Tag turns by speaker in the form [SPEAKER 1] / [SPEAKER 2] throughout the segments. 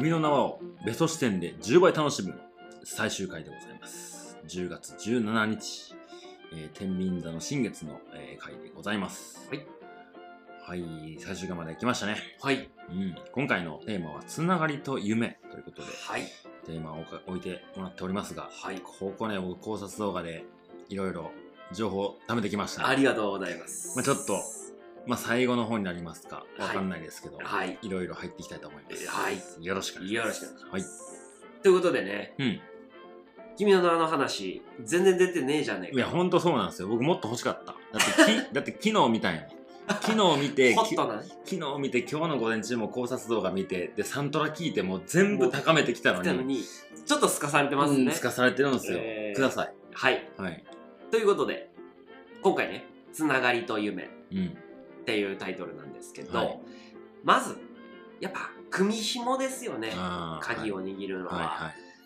[SPEAKER 1] 君の名はをベスト視点で10倍楽しむ最終回でございます。10月17日、天秤座の新月の、回でございます。
[SPEAKER 2] はい。
[SPEAKER 1] はい、最終回まで来ましたね。
[SPEAKER 2] はい。
[SPEAKER 1] 今回のテーマはつながりと夢ということで、
[SPEAKER 2] はい。
[SPEAKER 1] テーマを置いてもらっておりますが、
[SPEAKER 2] はい。
[SPEAKER 1] ここね、僕考察動画でいろいろ情報貯めてきました、ね。
[SPEAKER 2] ありがとうございます。
[SPEAKER 1] ちょっと、最後の方になりますかわかんないですけど、
[SPEAKER 2] はい。
[SPEAKER 1] いろいろ入っていきたいと思います。
[SPEAKER 2] はい。
[SPEAKER 1] よろしくお願いします。
[SPEAKER 2] よろしくお願いします。
[SPEAKER 1] はい。
[SPEAKER 2] ということでね、君の名の話、全然出てねえじゃねえか。
[SPEAKER 1] いや、ほんとそうなんですよ。僕もっと欲しかった。だって昨日見たんやもん。昨日見て、
[SPEAKER 2] ホットな
[SPEAKER 1] 昨日見て、今日の午前中も考察動画見て、で、サントラ聞いて、もう全部高めてきたのに、
[SPEAKER 2] ちょっとすかされてますね。
[SPEAKER 1] すかされてるんですよ。ください。
[SPEAKER 2] はい。
[SPEAKER 1] はい。
[SPEAKER 2] ということで、今回ね、つながりと夢っていうタイトルなんですけど、
[SPEAKER 1] はい、
[SPEAKER 2] まず、やっぱ、組紐ですよね。鍵を握るのは。はい、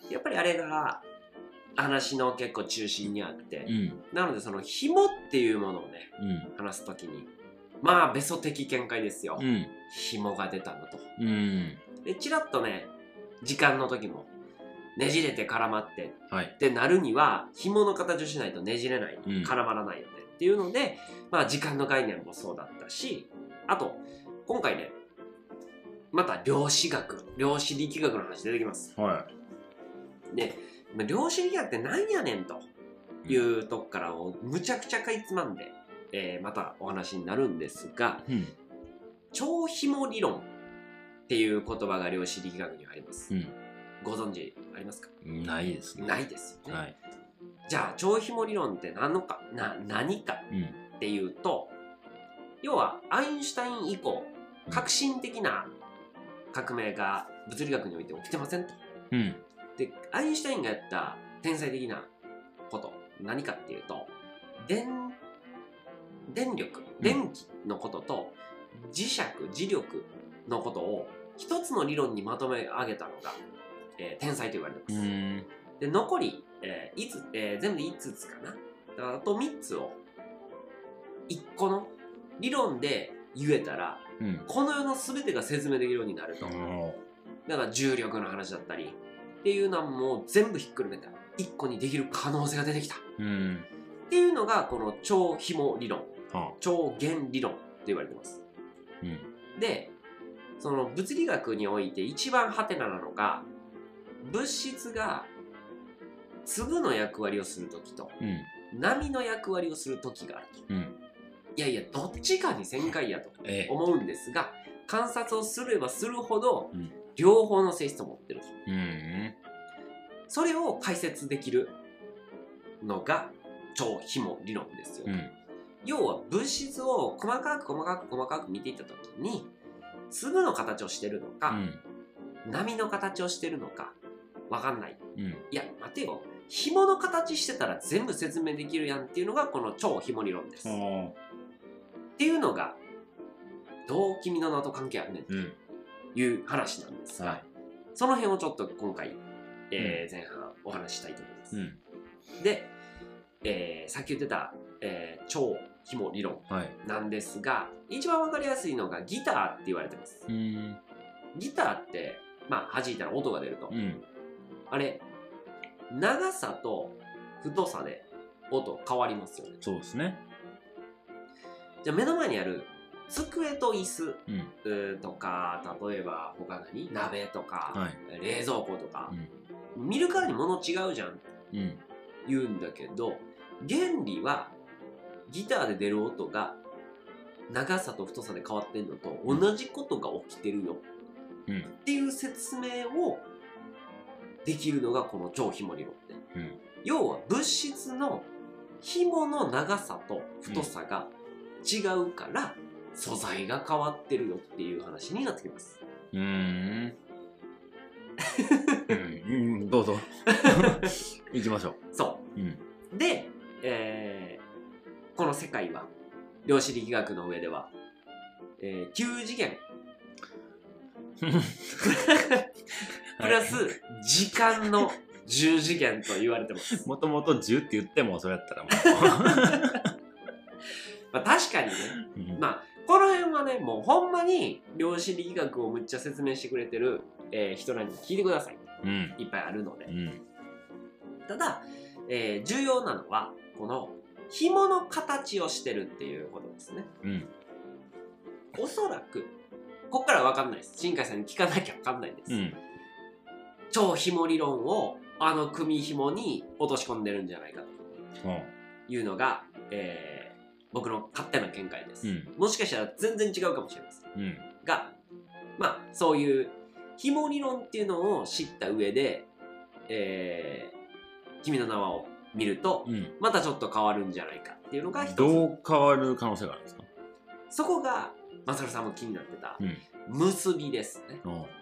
[SPEAKER 2] やっぱりあれが、話の結構中心にあって、なのでその紐っていうものをね、話すときに、まあベソ的見解ですよ。紐が出たのと。で、ちらっとね、時間の時も、ねじれて絡まって、ってなるには、紐の形をしないとねじれない、絡まらないよねっていうので、まあ時間の概念もそうだったし、あと、今回ね、また量子力学の話出てきます。で、量子力学って何やねんというとこからをむちゃくちゃかいつまんで、またお話になるんですが、超紐理論っていう言葉が量子力学にはあります。ご存知ありますか？
[SPEAKER 1] ないですね。
[SPEAKER 2] ないですよね。
[SPEAKER 1] はい、
[SPEAKER 2] じゃあ超紐理論って何かっていうと、要はアインシュタイン以降革新的な革命が物理学において起きてませんと。で、アインシュタインがやった天才的なこと、何かっていうと、電気のことと磁石、磁力のことを一つの理論にまとめ上げたのが、天才と言われてます。で、残り、全部で5つかな。だからあと3つを1個の理論で言えたら、この世の全てが説明できるようになると。だから重力の話だったり、っていうのはもう全部ひっくるめた一個にできる可能性が出てきた、っていうのがこの超紐理論、超弦理論って言われてます。で、その物理学において一番ハテナなのが、物質が粒の役割をするときと、波の役割をするときがあると。いやいや、どっちかに旋回やと思うんですが、観察をすればするほど、両方の性質を持ってると。それを解説できるのが超紐理論ですよ。要は物質を細かく見ていったときに、粒の形をしてるのか、波の形をしてるのかわかんない。いや待てよ、紐の形してたら全部説明できるやんっていうのがこの超紐理論です。っていうのがどう君の名と関係あるねんという話なんですが、その辺をちょっと今回、前半お話ししたいと思います。で、さっき言ってた、超紐理論なんですが、一番わかりやすいのがギターって言われてます。ギターってまあ弾いたら音が出ると、あれ長さと太さで音変わりますよね。
[SPEAKER 1] そうですね。
[SPEAKER 2] じゃあ目の前にある机と椅子、とか、例えば他鍋とか、冷蔵庫とか、見るからに物違うじゃんって言うんだけど、原理はギターで出る音が長さと太さで変わってんのと同じことが起きてるよっていう説明をできるのがこの超紐理論で、要は物質の紐の長さと太さが違うから素材が変わってるよっていう話になってきます。
[SPEAKER 1] どうぞ行きましょう。
[SPEAKER 2] そう、で、この世界は量子力学の上では、9次元プラス時間の10次元と言われてます。
[SPEAKER 1] もともと10って言ってもそれやったらもう
[SPEAKER 2] まあ確かにね、まあこの辺はね、もうほんまに量子力学をむっちゃ説明してくれてる人らに聞いてください。
[SPEAKER 1] うん。
[SPEAKER 2] いっぱいあるので。
[SPEAKER 1] うん。
[SPEAKER 2] ただ、重要なのは、この紐の形をしてるっていうことですね。
[SPEAKER 1] うん。
[SPEAKER 2] おそらく、ここからは分かんないです。新海さんに聞かなきゃ分かんないです。
[SPEAKER 1] うん。
[SPEAKER 2] 超紐理論を組紐に落とし込んでるんじゃないかというのが、僕の勝手な見解です。もしかしたら全然違うかもしれません。が、まあ、そういう紐理論っていうのを知った上で、君の名はを見ると、またちょっと変わるんじゃないかっていうのが一つ。
[SPEAKER 1] どう変わる可能性があるんですか？
[SPEAKER 2] そこが、マサルさんも気になってた、結びですね。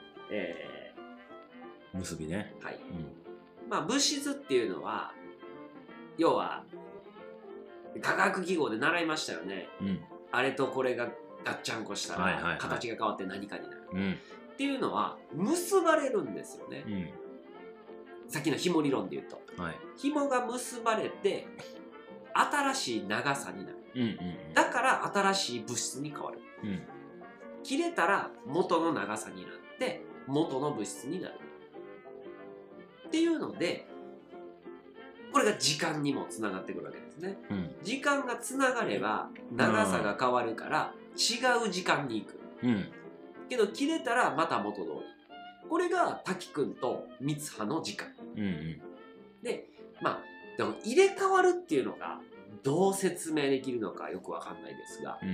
[SPEAKER 1] 結びね。
[SPEAKER 2] はい。まあ、物質っていうのは、要は、化学記号で習いましたよね。あれとこれがガッチャンコしたら、形が変わって何かになる。っていうのは、結ばれるんですよね。さっきの紐理論で言うと。紐が結ばれて、新しい長さになる。だから新しい物質に変わる。切れたら元の長さになって元の物質になる。っていうので、これが時間にもつながってくるわけですね。時間がつながれば長さが変わるから違う時間に行く。けど切れたらまた元通り。これが滝くんと三葉の時間。で、まあ、でも入れ替わるっていうのがどう説明できるのかよくわかんないですが、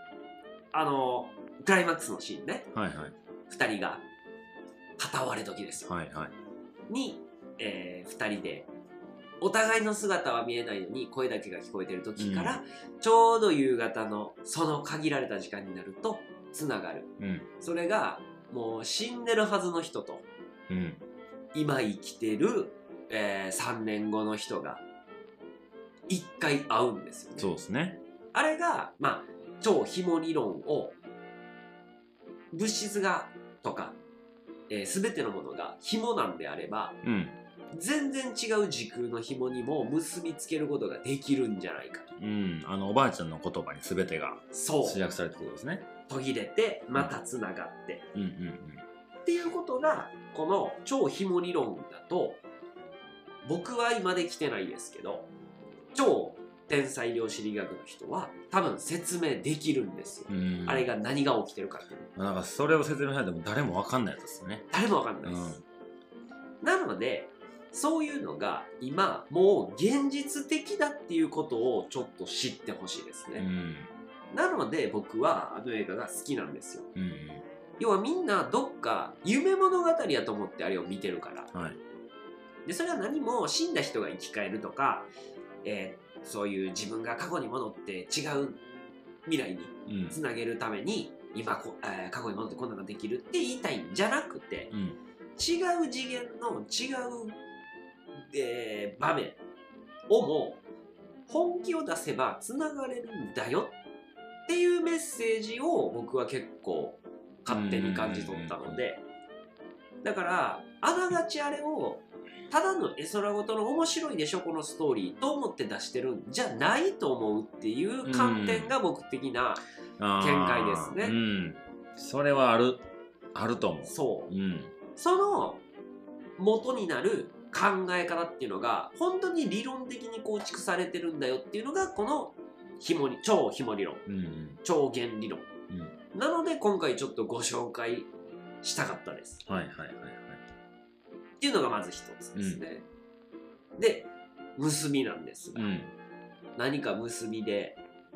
[SPEAKER 2] クライマックスのシーンね、2人が片割れ時ですよ。に、2人でお互いの姿は見えないのに声だけが聞こえてる時から、ちょうど夕方のその限られた時間になるとつながる。それがもう死んでるはずの人と、今生きてる、3年後の人が一回会うんですよね。
[SPEAKER 1] そうですね。
[SPEAKER 2] あれが、まあ、超紐理論を物質がとか、全てのものが紐なんであれば、全然違う時空の紐にも結びつけることができるんじゃないかと。
[SPEAKER 1] おばあちゃんの言葉に全てが集約されてることですね。
[SPEAKER 2] 途切れてまたつながって、っていうことがこの超紐理論だと、僕は今できてないですけど、超天才量子力学の人は多分説明できるんですよ。あれが何が起きてるかっていうの。
[SPEAKER 1] なんかそれを説明されても誰も分かんないやつですね。
[SPEAKER 2] 誰も分かんないです。なのでそういうのが今もう現実的だっていうことをちょっと知ってほしいですね。なので僕はあの映画が好きなんですよ。要はみんなどっか夢物語やと思ってあれを見てるから。でそれは何も死んだ人が生き返るとか、そういう自分が過去に戻って違う未来につなげるために、今過去に戻ってこんなのができるって言いたいんじゃなくて、違う次元の違う、場面をも本気を出せばつながれるんだよっていうメッセージを僕は結構勝手に感じ取ったので、だからあながちあれをただの絵空事の面白いでしょこのストーリーと思って出してるんじゃないと思うっていう観点が僕的な見解ですね。
[SPEAKER 1] それはあると思う。
[SPEAKER 2] そう、その元になる考え方っていうのが本当に理論的に構築されてるんだよっていうのがこの超紐理論、超弦理論、なので今回ちょっとご紹介したかったです。っていうのがまず一つですね。で、結びなんですが、何か結びで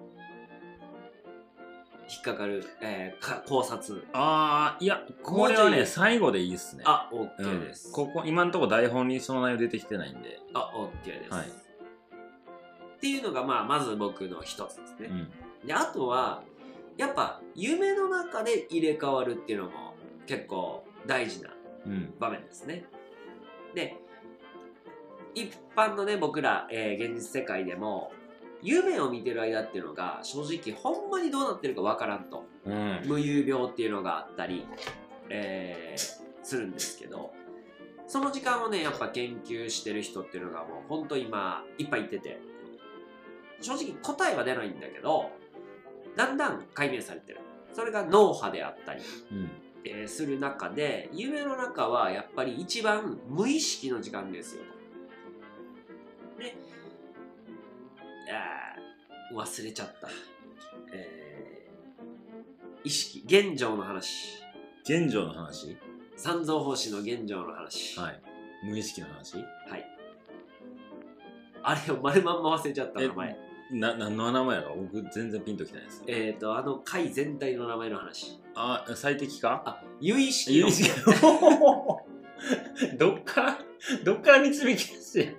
[SPEAKER 2] 引っかかる、考察。
[SPEAKER 1] いや、これはね、最後でいいっすね。
[SPEAKER 2] OK です。
[SPEAKER 1] ここ、今のところ台本にその内容出てきてないんで。
[SPEAKER 2] OK です。っていうのが、まず僕の一つですね。で、あとは、やっぱ、夢の中で入れ替わるっていうのも結構大事な場面ですね。で、一般のね、僕ら、現実世界でも、夢を見てる間っていうのが正直ほんまにどうなってるかわからんと、無遊病っていうのがあったり、するんですけど、その時間をねやっぱ研究してる人っていうのがもうほんと今いっぱいいてて、正直答えは出ないんだけどだんだん解明されてる。それが脳波であったり、 する中で、夢の中はやっぱり一番無意識の時間ですよと。で、忘れちゃった。意識、現状の話。
[SPEAKER 1] 現状の話？
[SPEAKER 2] 三蔵法師の現状の話。
[SPEAKER 1] はい。無意識の話？
[SPEAKER 2] はい。あれを丸まんま忘れちゃった名前。
[SPEAKER 1] 何の名前やろ？僕全然ピンときてないです。
[SPEAKER 2] 会全体の名前の話。
[SPEAKER 1] 最適化？
[SPEAKER 2] 有意識論。
[SPEAKER 1] どっから導き出して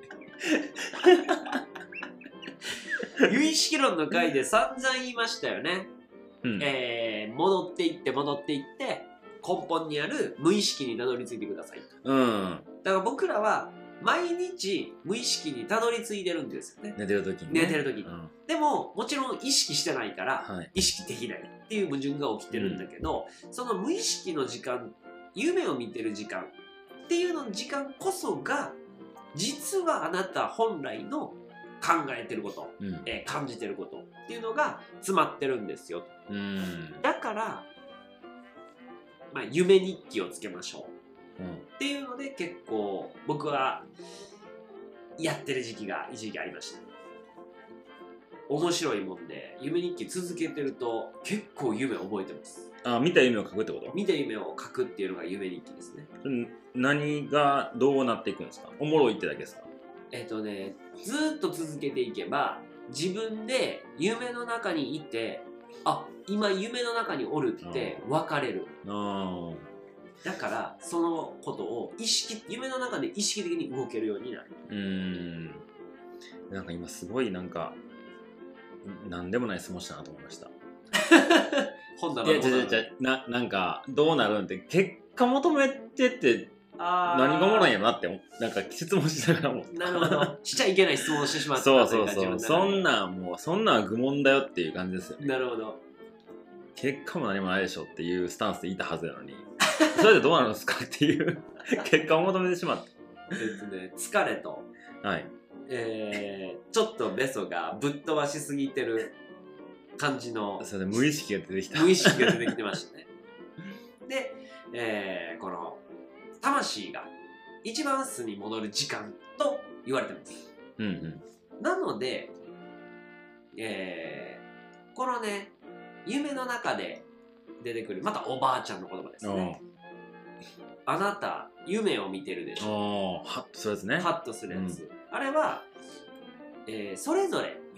[SPEAKER 2] 有意識論の回で散々言いましたよね。うん、戻っていって根本にある無意識にたどり着いてくださいと。うん。だから僕らは毎日無意識にたどり着いてるんですよね。
[SPEAKER 1] 寝てる時に、ね。
[SPEAKER 2] 寝てる時に。うん、でも、もちろん意識してないから、はい、意識できないっていう矛盾が起きてるんだけど、その無意識の時間、夢を見てる時間っていうの時間こそが、実はあなた本来の考えてること、感じてることっていうのが詰まってるんですよ。だから、夢日記をつけましょう、っていうので結構僕はやってる時期が一時期ありました。面白いもんで夢日記続けてると結構夢覚えてます。
[SPEAKER 1] 見た夢を書くってこと？
[SPEAKER 2] 見た夢を書くっていうのが夢日記ですね。
[SPEAKER 1] 何がどうなっていくんですか？おもろいってだけですか？
[SPEAKER 2] ずっと続けていけば自分で夢の中にいて、今夢の中におるって分かれる。だからそのことを夢の中で意識的に動けるようになる。
[SPEAKER 1] なんか今すごいなんでもない質問したなと思いました。
[SPEAKER 2] 本棚
[SPEAKER 1] のなんかどうなるんって結果求めてって何がおもろいんやろなってなんか質問しながらも
[SPEAKER 2] なるほどしちゃいけない質問をしてしまった。
[SPEAKER 1] そうそんなんは愚問だよっていう感じですよね。
[SPEAKER 2] なるほど。
[SPEAKER 1] 結果も何もないでしょっていうスタンスでいたはずなのにそれでどうなるんですかっていう結果を求めてしまった。
[SPEAKER 2] 疲れと、はい、ちょっとベソがぶっ飛ばしすぎてる感じの
[SPEAKER 1] それで無意識が出てきた。
[SPEAKER 2] 無意識が出てきてましたね。で、この魂が一番素に戻る時間と言われてます。なので、このね夢の中で出てくるまたおばあちゃんの言葉ですね。あなた夢を見てるでしょ。
[SPEAKER 1] ハッとするやつね。
[SPEAKER 2] ハッとするやつ。あれは、それぞれ、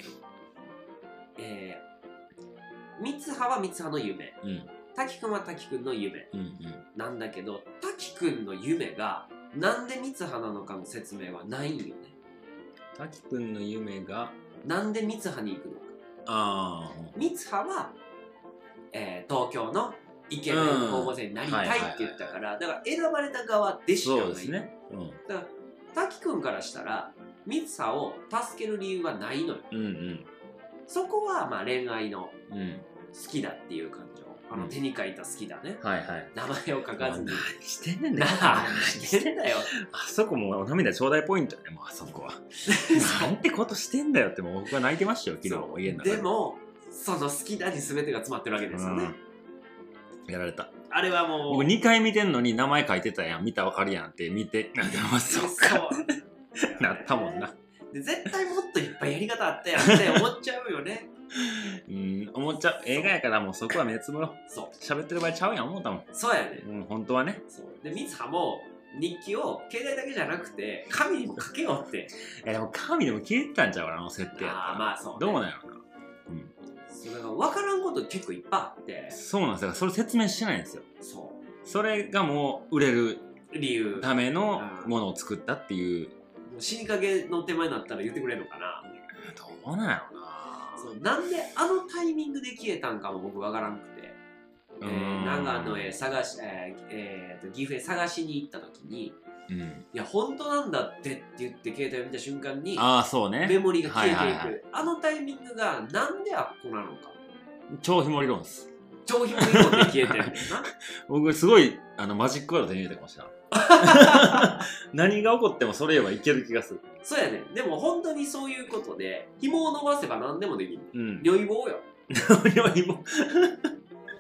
[SPEAKER 2] 三葉は三葉の夢、滝くんは滝くんの夢、なんだけど滝くんの夢がなんで三葉なのかの説明はないんよね。
[SPEAKER 1] 滝くんの夢が
[SPEAKER 2] なんで三葉に行くのか。三葉は、東京のイケメン高校生になりたいって言ったから、だから選ばれた側でしかない。そうですね。だから滝くんからしたら三葉を助ける理由はないのよ。そこはまあ恋愛の好きだっていう感情。手に書いた好きだね。名前を書かずに。
[SPEAKER 1] 何してんねんだよ。
[SPEAKER 2] 何してんだよ。
[SPEAKER 1] あそこもお涙ちょうだいポイントよね、もうあそこは。なんてことしてんだよってもう僕は泣いてましたよ、昨日も家の中で。
[SPEAKER 2] でも、その好きだに全てが詰まってるわけですよね。
[SPEAKER 1] やられた。
[SPEAKER 2] あれはもう。
[SPEAKER 1] 僕2回見てんのに名前書いてたやん、見たらわかるやんって見て、そうか。なったもんな。
[SPEAKER 2] 絶対もっといっぱいやり方あったやんって思っちゃうよね。
[SPEAKER 1] 思っちゃう。映画やからもうそこは目つぶろう。喋ってる場合ちゃうやん思ったもん。
[SPEAKER 2] そうやね。
[SPEAKER 1] 本当はね。
[SPEAKER 2] で、三葉も日記を携帯だけじゃなくて紙にも書けよって。
[SPEAKER 1] でも紙でも消えてたんちゃうかな、設定やったら。
[SPEAKER 2] まあそう、ね。
[SPEAKER 1] どうなんやろな。
[SPEAKER 2] それが分からんこと結構いっぱいあって。
[SPEAKER 1] そうなんですよ。それ説明してないんですよ。それがもう売れる
[SPEAKER 2] 理由
[SPEAKER 1] ためのものを作ったっていう。
[SPEAKER 2] 死にかけの手前になったら言ってくれるのかな。
[SPEAKER 1] どうなんやろな。
[SPEAKER 2] なんであのタイミングで消えたんかも僕分からんくて、長野へ探し、岐阜へ探しに行った時に、いや本当なんだってって言って携帯を見た瞬間にメモリが消えていく、あのタイミングがなんであっこなのか。
[SPEAKER 1] 超ひも理論です。
[SPEAKER 2] 超ひも理論で消えてるんだな。
[SPEAKER 1] 僕すごいマジックワード手に入れたかもしれない。何が起こってもそれ言えばいける気がする。
[SPEAKER 2] そうやね。でも本当にそういうことで紐を伸ばせば何でもできる。如意棒よ。
[SPEAKER 1] 如意棒。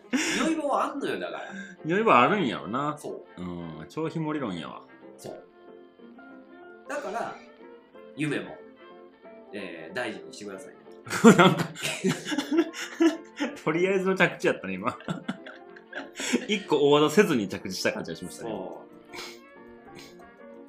[SPEAKER 2] 酔い棒はあんのよ、だから。
[SPEAKER 1] 酔い場あるんやろな。
[SPEAKER 2] そう。
[SPEAKER 1] うん、超ひも理論やわ。
[SPEAKER 2] そう。だから、夢も、大事にしてくださいね。
[SPEAKER 1] なんかとりあえずの着地やったね、今。一個大技せずに着地した感じがしましたね。
[SPEAKER 2] そう。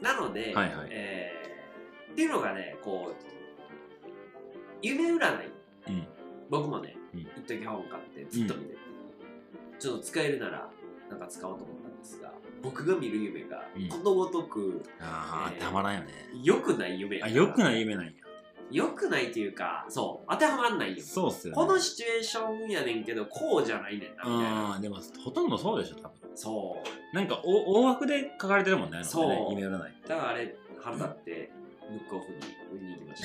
[SPEAKER 2] なので、
[SPEAKER 1] はいはい。
[SPEAKER 2] っていうのがね、こう、夢占い、
[SPEAKER 1] うん、
[SPEAKER 2] 僕もね、
[SPEAKER 1] うん、
[SPEAKER 2] 一時本買ってずっと見てて、ちょっと使えるなら、なんか使おうと思ったんですが、僕が見る夢が、ことごとく、
[SPEAKER 1] たまらんよね。
[SPEAKER 2] 良くない夢やから。
[SPEAKER 1] 良くない夢なんや。
[SPEAKER 2] 良くないというか、そう、当てはまんないよ。
[SPEAKER 1] そうっすよね。
[SPEAKER 2] このシチュエーションやねんけど、こうじゃないねんな、みたいな。
[SPEAKER 1] でも、ほとんどそうでしょ、多分。
[SPEAKER 2] そう。
[SPEAKER 1] なんか、大枠で書かれてるもんね、
[SPEAKER 2] そう。
[SPEAKER 1] 夢占い。
[SPEAKER 2] だからあれ、腹立って、ブックオフに売りに行きま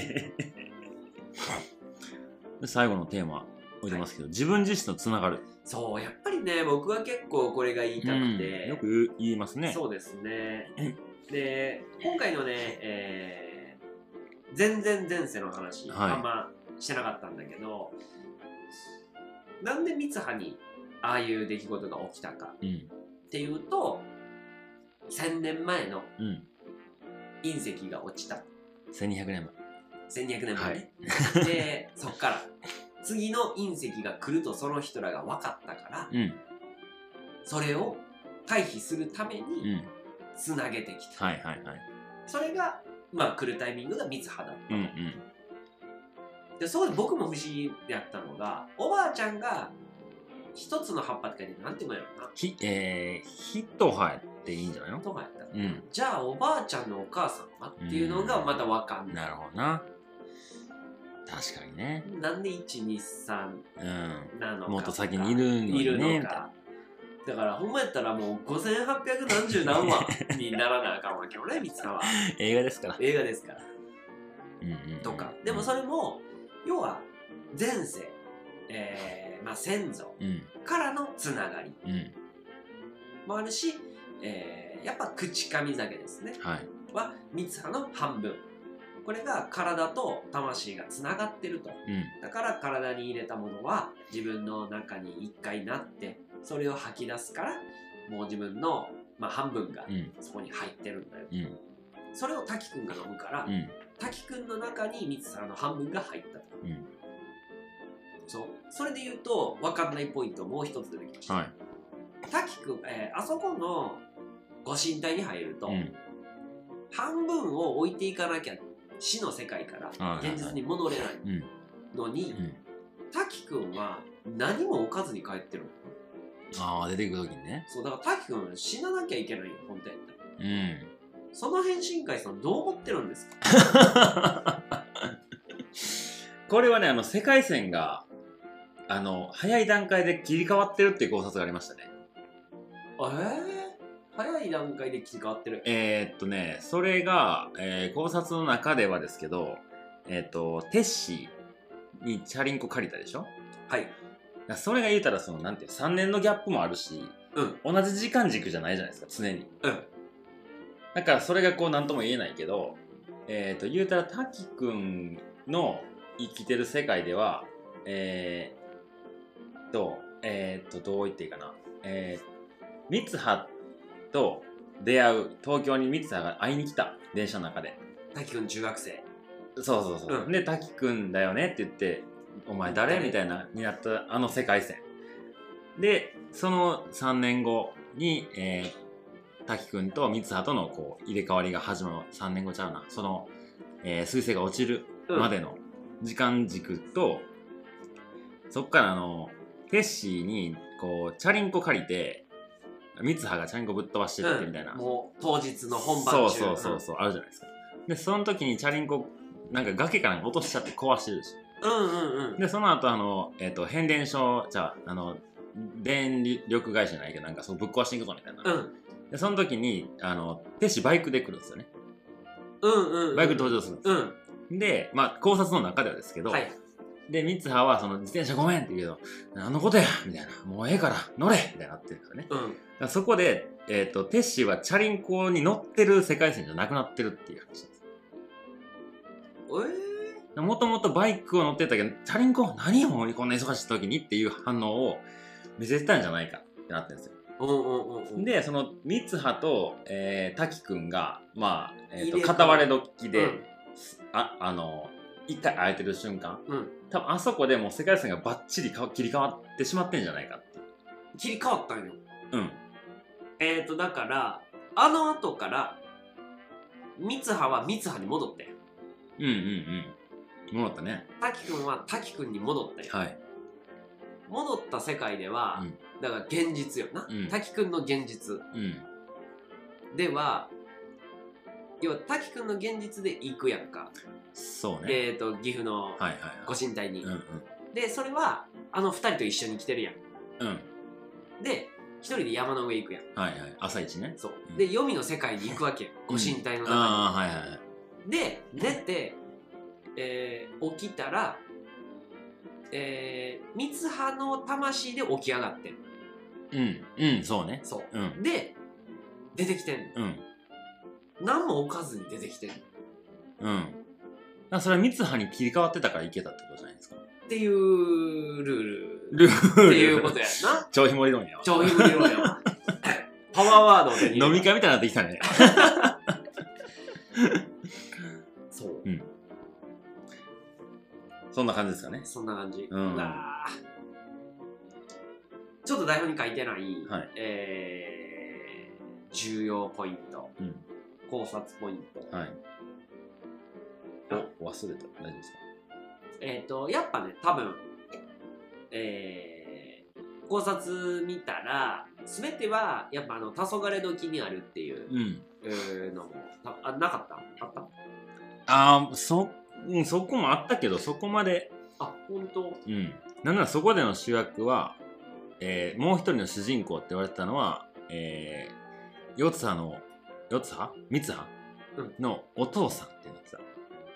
[SPEAKER 2] した。
[SPEAKER 1] 最後のテーマ、置いてますけど、自分自身とつながる。
[SPEAKER 2] そう、やっぱりね、僕は結構これが言いたくて。
[SPEAKER 1] よく言いますね。
[SPEAKER 2] そうですね。で、今回のね、全然前世の話、あんましてなかったんだけど、なんで三葉にああいう出来事が起きたかっていうと、1000年前の隕石が落ちた。
[SPEAKER 1] 1200年前。
[SPEAKER 2] 1200年前ね。で、そっから次の隕石が来るとその人らが分かったから、それを回避するためにつなげてきた。それがまあ来るタイミングが三葉だった。で、そう僕も不思議やったのが、おばあちゃんが一つの葉っぱって書いてなんて言うんやろな。
[SPEAKER 1] 一葉っていいんじゃないの？
[SPEAKER 2] 一葉やったかな。じゃあおばあちゃんのお母さんはっていうのがまた分かんない。
[SPEAKER 1] なるほどな。確かにね。
[SPEAKER 2] なんで123なのか。
[SPEAKER 1] もっと先にいるのか。
[SPEAKER 2] だからほんまやったらもう5800何十何話にならなあかんわけよね、三葉は。
[SPEAKER 1] 映画ですから。
[SPEAKER 2] 映画ですから。とか。でもそれも、要は前世、まあ先祖からのつながりもあるし、やっぱ口上酒ですね。は三葉の半分。これが体と魂がつながってると。だから体に入れたものは自分の中に一回なって、それを吐き出すから、もう自分の、まあ、半分がそこに入ってるんだよ。それを滝くんが飲むから、滝くんの中に三葉の半分が入ったと。それで言うと分かんないポイントもう一つ出てきました。滝くん、あそこのご神体に入ると、半分を置いていかなきゃ死の世界から現実に戻れないのに、滝くんは何も置かずに帰ってるの。
[SPEAKER 1] 出てくるときにね。
[SPEAKER 2] そう、だから滝くん死ななきゃいけないよ、本当やったら。その辺新海さんどう思ってるんですか？
[SPEAKER 1] これはね、世界線が早い段階で切り替わってるっていう考察がありましたね。
[SPEAKER 2] 早い段階で切り替わってる。
[SPEAKER 1] それが、考察の中ではですけど、テッシーにチャリンコ借りたでしょ？
[SPEAKER 2] はい。
[SPEAKER 1] それが言うたらなんていう3年のギャップもあるし、同じ時間軸じゃないじゃないですか、常に。だからそれが何とも言えないけど、言うたら滝くんの生きてる世界では、どう言っていいかな。三葉と出会う、東京に三葉が会いに来た、電車の中で。
[SPEAKER 2] 滝くん中学生。
[SPEAKER 1] そう。で、滝くんだよねって言って、お前誰みたいなになったあの世界線。で、その3年後に、滝くんと三葉との入れ替わりが始まる。3年後ちゃうな。その、彗星が落ちるまでの時間軸と、そっからテッシーにチャリンコ借りて、三葉がチャリンコぶっ飛ばしてってみたいな。
[SPEAKER 2] もう当日の本番中。
[SPEAKER 1] そう、あるじゃないですか。で、その時にチャリンコ、なんか崖かなんか落としちゃって壊してるし。で、その後変電所、電力会社じゃないけど、なんかぶっ壊していくぞみたいな。で、その時に、テッシーバイクで来るんですよね。バイクで登場するんです。で、まあ、考察の中ではですけど、で、三葉は自転車ごめんって言うけど、何のことやみたいな。もうええから乗れみたいになってるんですよね。だからそこで、テッシーはチャリンコに乗ってる世界線じゃなくなってるっていう話です。もともとバイクを乗ってたけど、チャリンコ何よこんな忙しい時にっていう反応を見せてたんじゃないかってなってるんですよ。でその三葉と、滝くんがまあ、片割れ時で、一回会えてる瞬間、多分あそこでもう世界線がバッチリ切り替わってしまってんじゃないかって。
[SPEAKER 2] 切り替わったんよ。だからあの後から三葉は三葉に戻って、
[SPEAKER 1] 戻ったね。
[SPEAKER 2] 滝くんは滝くんに戻って、戻った世界では、だから現実よな、滝くんの現実、では要は滝くんの現実で行くやんか。
[SPEAKER 1] そうね。
[SPEAKER 2] 岐阜のご神体に、でそれはあの2人と一緒に来てるやん。で一人で山の上行くやん。
[SPEAKER 1] 朝一ね。
[SPEAKER 2] そう、で黄泉の世界に行くわけ、ご神体の中に。で寝て、起きたら三葉の魂で起き上がってる。
[SPEAKER 1] そうね。
[SPEAKER 2] そう、で出てきてんの。何も置かずに出てきてん
[SPEAKER 1] の。それは三葉に切り替わってたからいけたってことじゃないですか。
[SPEAKER 2] っていうルールっていうことやな。
[SPEAKER 1] 超ひも理論やわ。
[SPEAKER 2] 超ひも理論やわ。パワーワードで
[SPEAKER 1] 飲み会みたいになってきたね。
[SPEAKER 2] そう。
[SPEAKER 1] そんな感じですかね。
[SPEAKER 2] そんな感じ。ちょっと台本に書いてない、重要ポイント、考察ポイント。忘れた。大丈夫ですか？ やっぱね、多分、考察見たら全てはやっぱ黄昏時にあるっていうのもなかった？あった？
[SPEAKER 1] そこもあったけど、そこまで。
[SPEAKER 2] 本当？
[SPEAKER 1] なんならそこでの主役は、もう一人の主人公って言われてたのは、三葉のお父さんって言うんですよ。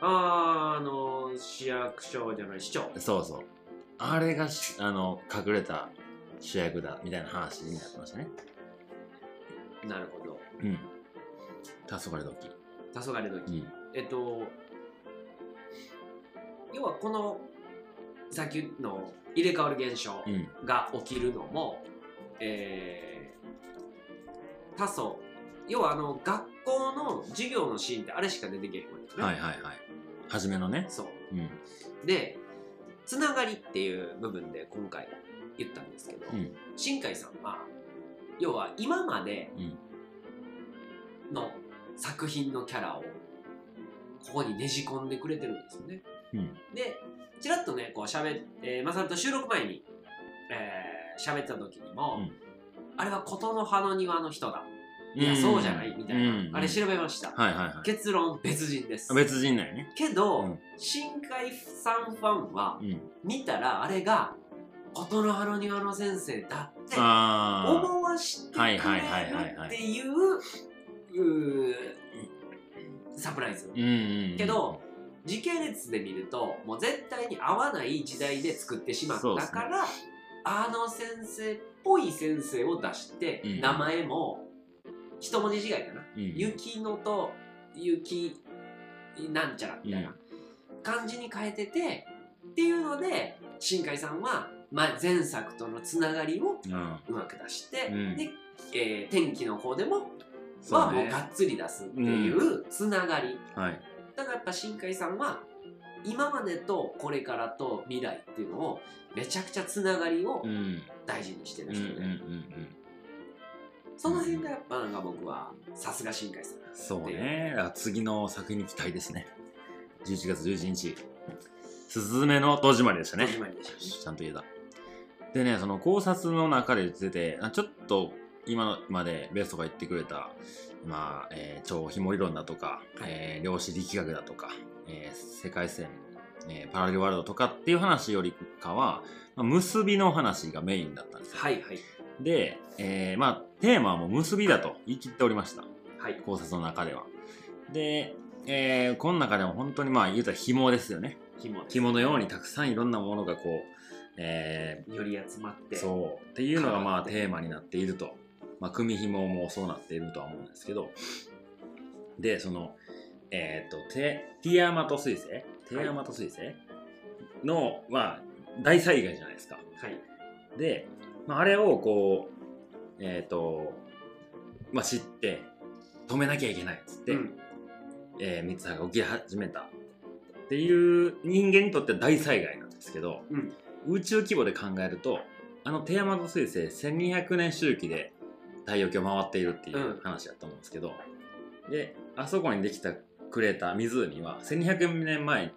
[SPEAKER 2] 市役所じゃない市長。
[SPEAKER 1] そうそう。あれが隠れた主役だみたいな話になってましたね。
[SPEAKER 2] なるほど。
[SPEAKER 1] 黄昏時。
[SPEAKER 2] 黄昏時。要はこのさっきの入れ替わる現象が起きるのも、要は学校の授業のシーンってあれしか出てけへんわけですね。
[SPEAKER 1] 初めのね。
[SPEAKER 2] そう。で、つながりっていう部分で今回言ったんですけど、新海さんは要は今までの作品のキャラをここにねじ込んでくれてるんですよね。で、ちらっとねこうまさると収録前に喋った時にも、あれは琴の葉の庭の人だ、いやそうじゃないみたいな、あれ調べました。結論別人です。
[SPEAKER 1] 別人だよね。
[SPEAKER 2] けど、新海さんファンは、見たらあれが琴の葉の庭の先生だって思わしてくれるっていうサプライズ。けど時系列で見るともう絶対に合わない時代で作ってしまったから、先生っぽい先生を出して、名前も一文字違いかな、雪乃と雪なんちゃらみたいな感じに変えててっていうので、新海さんは前作とのつながりをうまく出して、で、天気の方でももうがっつり出すっていうつながり、だからやっぱ新海さんは今までとこれからと未来っていうのをめちゃくちゃつながりを大事にしてる人で、その辺がやっぱなんか僕はさすが新海さん。
[SPEAKER 1] そうね。次の作品に期待ですね。11月11日すずめの戸締まりでしたね。ちゃんと言えた。でね、その考察の中で出てて、ちょっと今までベストが言ってくれた、超ひも理論だとか、量子力学だとか、世界線、パラレルワールドとかっていう話よりかは、結びの話がメインだったんですよ。で、テーマはもう結びだと言い切っておりました。考察の中では。で、この中でも本当に言うたら紐ですよね。紐のようにたくさんいろんなものがこ
[SPEAKER 2] う、より集まって。
[SPEAKER 1] そう。っていうのがテーマになっていると。組紐もそうなっているとは思うんですけど。で、その、ティアマト彗星の、大災害じゃないですか。で、 まあ、あれをこうまあ、知って止めなきゃいけないっつって、三葉が起き始めたっていう人間にとっては大災害なんですけど、宇宙規模で考えるとテヤマト彗星1200年周期で太陽系を回っているっていう話だと思うんですけど、であそこにできたクレーター湖は1200年前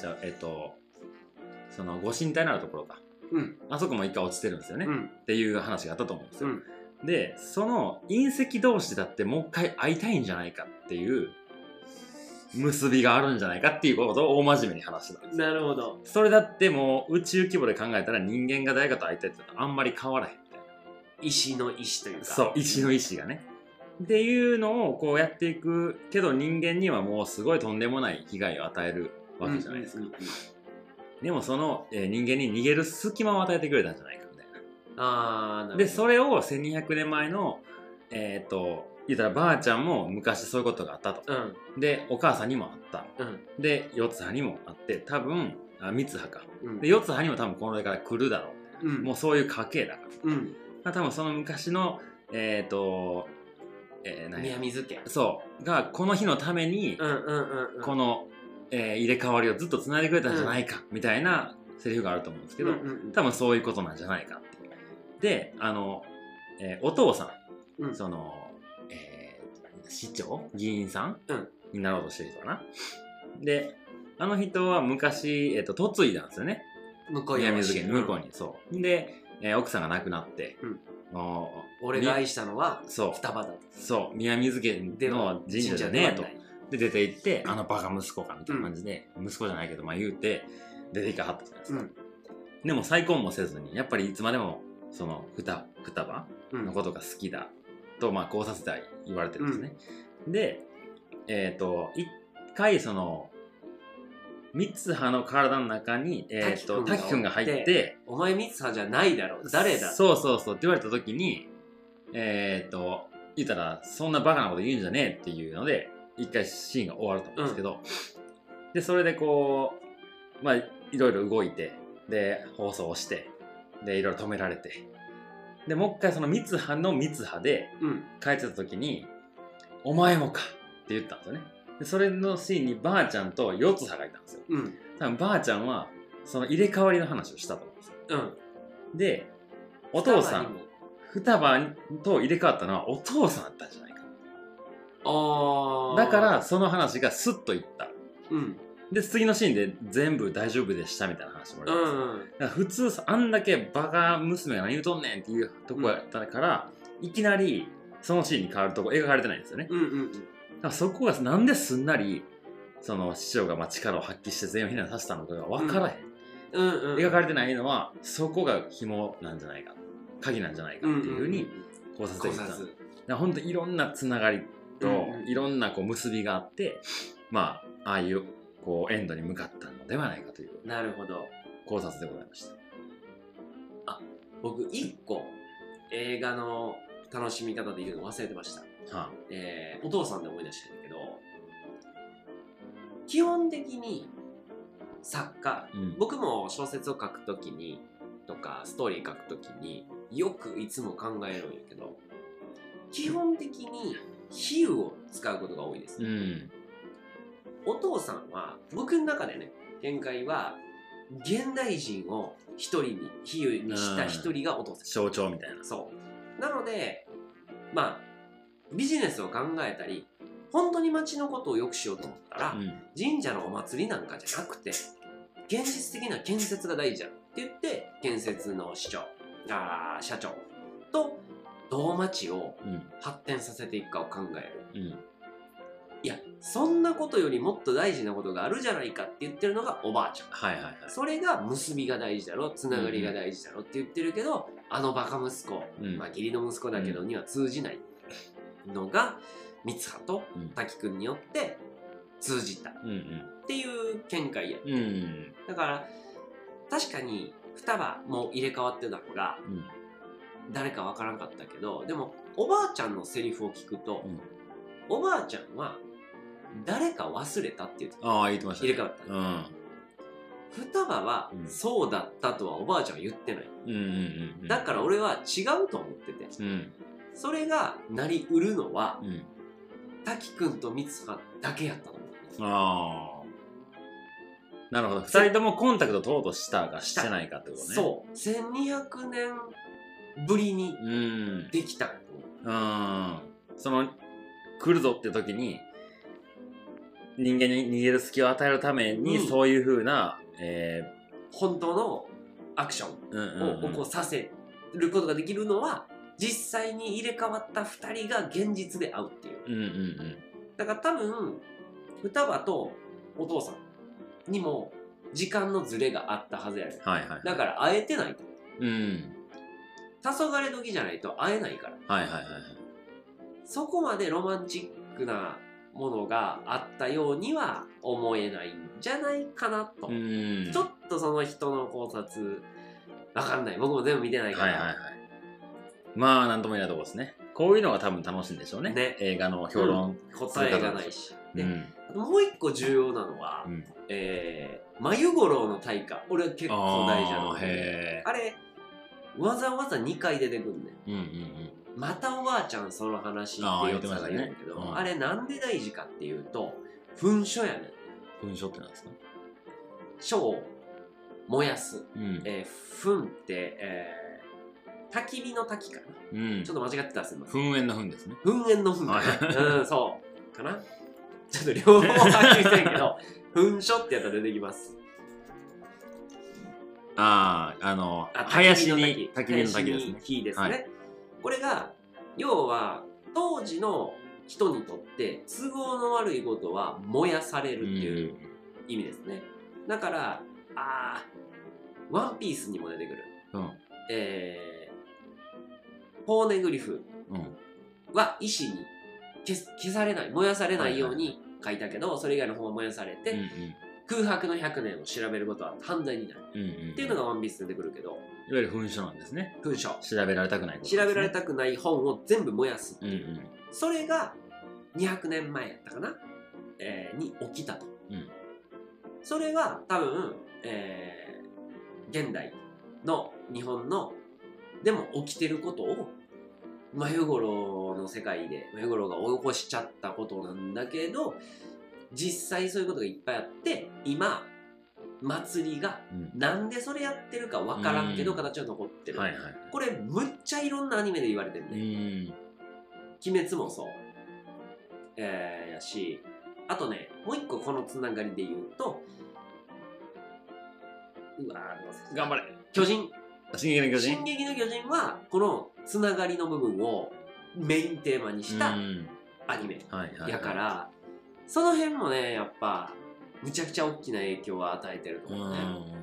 [SPEAKER 1] そのご神体のあるところか、あそこも一回落ちてるんですよね、っていう話があったと思うんですよ、でその隕石同士だってもう一回会いたいんじゃないかっていう結びがあるんじゃないかっていうことを大真面目に話してたんです。
[SPEAKER 2] なるほど。
[SPEAKER 1] それだってもう宇宙規模で考えたら人間が誰かと会いたいってあんまり変わらへんみたいな。
[SPEAKER 2] 石の石というか。
[SPEAKER 1] そう、石の石がね。っていうのをこうやっていくけど人間にはもうすごいとんでもない被害を与えるわけじゃないですか。でもその、人間に逃げる隙間を与えてくれたんじゃないかみたいな。
[SPEAKER 2] なるほど。
[SPEAKER 1] でそれを1200年前の言ったらばあちゃんも昔そういうことがあったと、でお母さんにもあった、で四葉にもあって多分三葉か、で四葉にも多分これから来るだろう、もうそういう家系だから、多分その昔の
[SPEAKER 2] 宮水家
[SPEAKER 1] そうがこの日のためにこの、入れ替わりをずっとつないでくれたんじゃないか、みたいなセリフがあると思うんですけど、多分そういうことなんじゃないかっていう。でお父さん、その市長議員さん、になろうとしてる人かな。であの人は昔嫁いだんですよね、宮水家に向こうに。そうで、奥さんが亡くなって、
[SPEAKER 2] 俺が愛したのは双葉だと。
[SPEAKER 1] そう宮水家の神社じゃねえと。で出て行ってバカ息子かみたいな感じで、息子じゃないけどまあ言うて出て行かはったじゃないですか、でも再婚もせずにやっぱりいつまでもその双葉のことが好きだと、まあこうさせたい言われてるんですね、で一回その三葉の体の中に滝くんが入って
[SPEAKER 2] お前三葉じゃないだろう誰だ
[SPEAKER 1] そうって言われた時に言ったらそんなバカなこと言うんじゃねえっていうので一回シーンが終わると思うんですけど、でそれでこうまあいろいろ動いてで放送をしてでいろいろ止められてでもう一回その三葉の三葉で帰ってた時に、お前もかって言ったんですよね。でそれのシーンにばあちゃんと四葉がいたんですよ、多分ばあちゃんはその入れ替わりの話をしたと思うんですよ、でお父さん双葉と入れ替わったのはお父さんだったんじゃないか、だからその話がスッといった、で次のシーンで全部大丈夫でしたみたいな話もあります、だから普通あんだけバカ娘が何言うとんねんっていうとこやったから、いきなりそのシーンに変わるとこ描かれてないんですよね、だからそこがなんですんなりその師匠がまあ力を発揮して全員を避難させたのかが分からへん、描かれてないのはそこが紐なんじゃないか鍵なんじゃないかっていうふうに考察できた、だから本当いろんなつながりといろんなこう結びがあってまあああいうこうエンドに向かったのではないかという
[SPEAKER 2] なるほど
[SPEAKER 1] 考察でございました。
[SPEAKER 2] 僕一個映画の楽しみ方で言うの忘れてました、お父さんで思い出したんだけど基本的に作家、僕も小説を書くときにとかストーリー書くときによくいつも考えるんやけど基本的に比喩を使うことが多いです、お父さんは僕の中でね見解は現代人を一人に比喩にした一人がお父さん、
[SPEAKER 1] 象徴みたいな。
[SPEAKER 2] そうなのでまあビジネスを考えたり本当に町のことを良くしようと思ったら、神社のお祭りなんかじゃなくて現実的な建設が大事だって言って建設の社長とどう町を発展させていくかを考える、いやそんなことよりもっと大事なことがあるじゃないかって言ってるのがおばあちゃん、それが結びが大事だろつながりが大事だろって言ってるけど、バカ息子、まあ義理の息子だけどには通じないのが三葉と滝くんによって通じたっていう見解や、だから確かに双葉も入れ替わってたのが、誰かわからんかったけどでもおばあちゃんのセリフを聞くと、おばあちゃんは誰か忘れたって言って
[SPEAKER 1] 言ってましたね、
[SPEAKER 2] 入れ替わった、 双葉はそうだったとはおばあちゃんは言ってない。だから俺は違うと思ってて、それがなりうるのは、滝くんと三葉だけやったと思う。
[SPEAKER 1] ああ、なるほど。2人ともコンタクト取ろうとしたかしてないかってことね。
[SPEAKER 2] そう、1200年ぶりにできた。
[SPEAKER 1] その来るぞって時に人間に逃げる隙を与えるために、そういう風な、
[SPEAKER 2] 本当のアクションを起こさせることができるのは、実際に入れ替わった2人が現実で会うっていう。だから多分双葉とお父さんにも時間のズレがあったはずやね。だから会えてないと。黄昏時じゃないと会えないから。そこまでロマンチックなものがあったようには思えないんじゃないかなと。ちょっとその人の考察わかんない。僕も全部見てないから。
[SPEAKER 1] まあなんとも言えないとこですね。こういうのが多分楽しいんでしょうね。映画の評論、
[SPEAKER 2] 答えがないし。もう一個重要なのは、眉五郎の大火。俺は結構大事なの。あれわざわざ2回出てくんねん。またおばあちゃんその話って言ってましたけど、あれなんで大事かっていうと、噴書やね
[SPEAKER 1] ん。噴書ってなんですか？
[SPEAKER 2] 書を燃やす。噴って、焚き火の焚きかな。ちょっと間違ってたらすみません。
[SPEAKER 1] 噴煙の噴ですね。
[SPEAKER 2] 噴煙の噴かな。そうかな。ちょっと両方はっきりしてるけど、噴書ってやったら出てきます。
[SPEAKER 1] 林に焚き火の焚きですね。
[SPEAKER 2] 火ですね。これが要は当時の人にとって都合の悪いことは燃やされるっていう意味ですね。だからワンピースにも出てくる、ポーネグリフは石に消されない、燃やされないように書いたけど、それ以外の方は燃やされて、空白の100年を調べることは犯罪になるっていうのがワンピースで出てくるけど、
[SPEAKER 1] いわゆる噴書なんですね。
[SPEAKER 2] 噴書。
[SPEAKER 1] 調べられたくないことです
[SPEAKER 2] ね。調べられたくない本を全部燃やすっていう。それが200年前やったかな、に起きたと。それは多分、現代の日本のでも起きてることを眉五郎の世界で眉五郎が起こしちゃったことなんだけど、実際そういうことがいっぱいあって、今祭りがなんでそれやってるか分からんけど形は残ってる。これむっちゃいろんなアニメで言われてるね。鬼滅もそう、やし、あとね、もう一個このつながりで言うと、
[SPEAKER 1] 頑張れ
[SPEAKER 2] 巨人。
[SPEAKER 1] 進撃の巨人。
[SPEAKER 2] 進撃の巨人はこのつながりの部分をメインテーマにしたアニメやから、その辺もね、やっぱむちゃくちゃ大きな影響を与えてると思うね。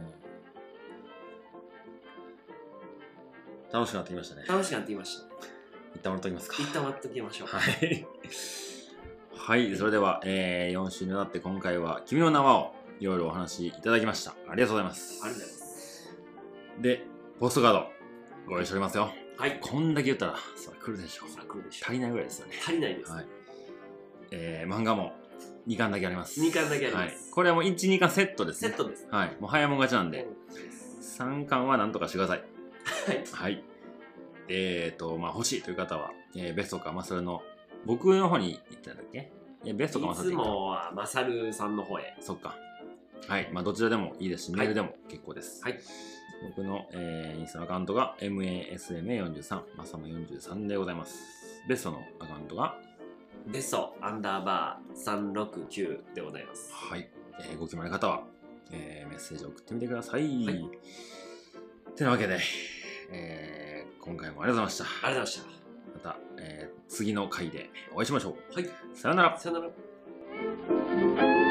[SPEAKER 1] 楽しくなってきましたね。
[SPEAKER 2] 楽しくなってきました。
[SPEAKER 1] 一旦待っときますか。
[SPEAKER 2] 一旦待っときましょう。
[SPEAKER 1] はい、それでは、4週にわたって今回は君の名はをいろいろお話しいただきました。ありがとうございます。
[SPEAKER 2] ありがとうございます。
[SPEAKER 1] で、ポストカードご用意しておりますよ。
[SPEAKER 2] はい。
[SPEAKER 1] こんだけ言ったらそれ来るでしょう。足りないぐらいですよね。
[SPEAKER 2] 足りないです。
[SPEAKER 1] 漫画も2巻だけあります。
[SPEAKER 2] 2巻だけあります。
[SPEAKER 1] これはもう1、2巻セットですね。
[SPEAKER 2] セットです。
[SPEAKER 1] はい。もう早もん勝ちなんで、3巻はなんとかしてください。はい。欲しいという方は、ベストかマサルの、僕の方に行ったんだっけ？ベストかマサルでいいか。
[SPEAKER 2] いつもはマサルさんの方へ。
[SPEAKER 1] そっか。はい。どちらでもいいですし、メールでも結構です。はい。僕の、インスタのアカウントが MASMA43、マサマ43でございます。ベストのアカウントが
[SPEAKER 2] ベスト_369でございます。
[SPEAKER 1] はい。ご決まりの方は、メッセージを送ってみてください。てなわけで、今回もありがとうございました。
[SPEAKER 2] ありがとうございました。
[SPEAKER 1] また、次の回でお会いしましょう。
[SPEAKER 2] はい。
[SPEAKER 1] さよなら。
[SPEAKER 2] さよなら。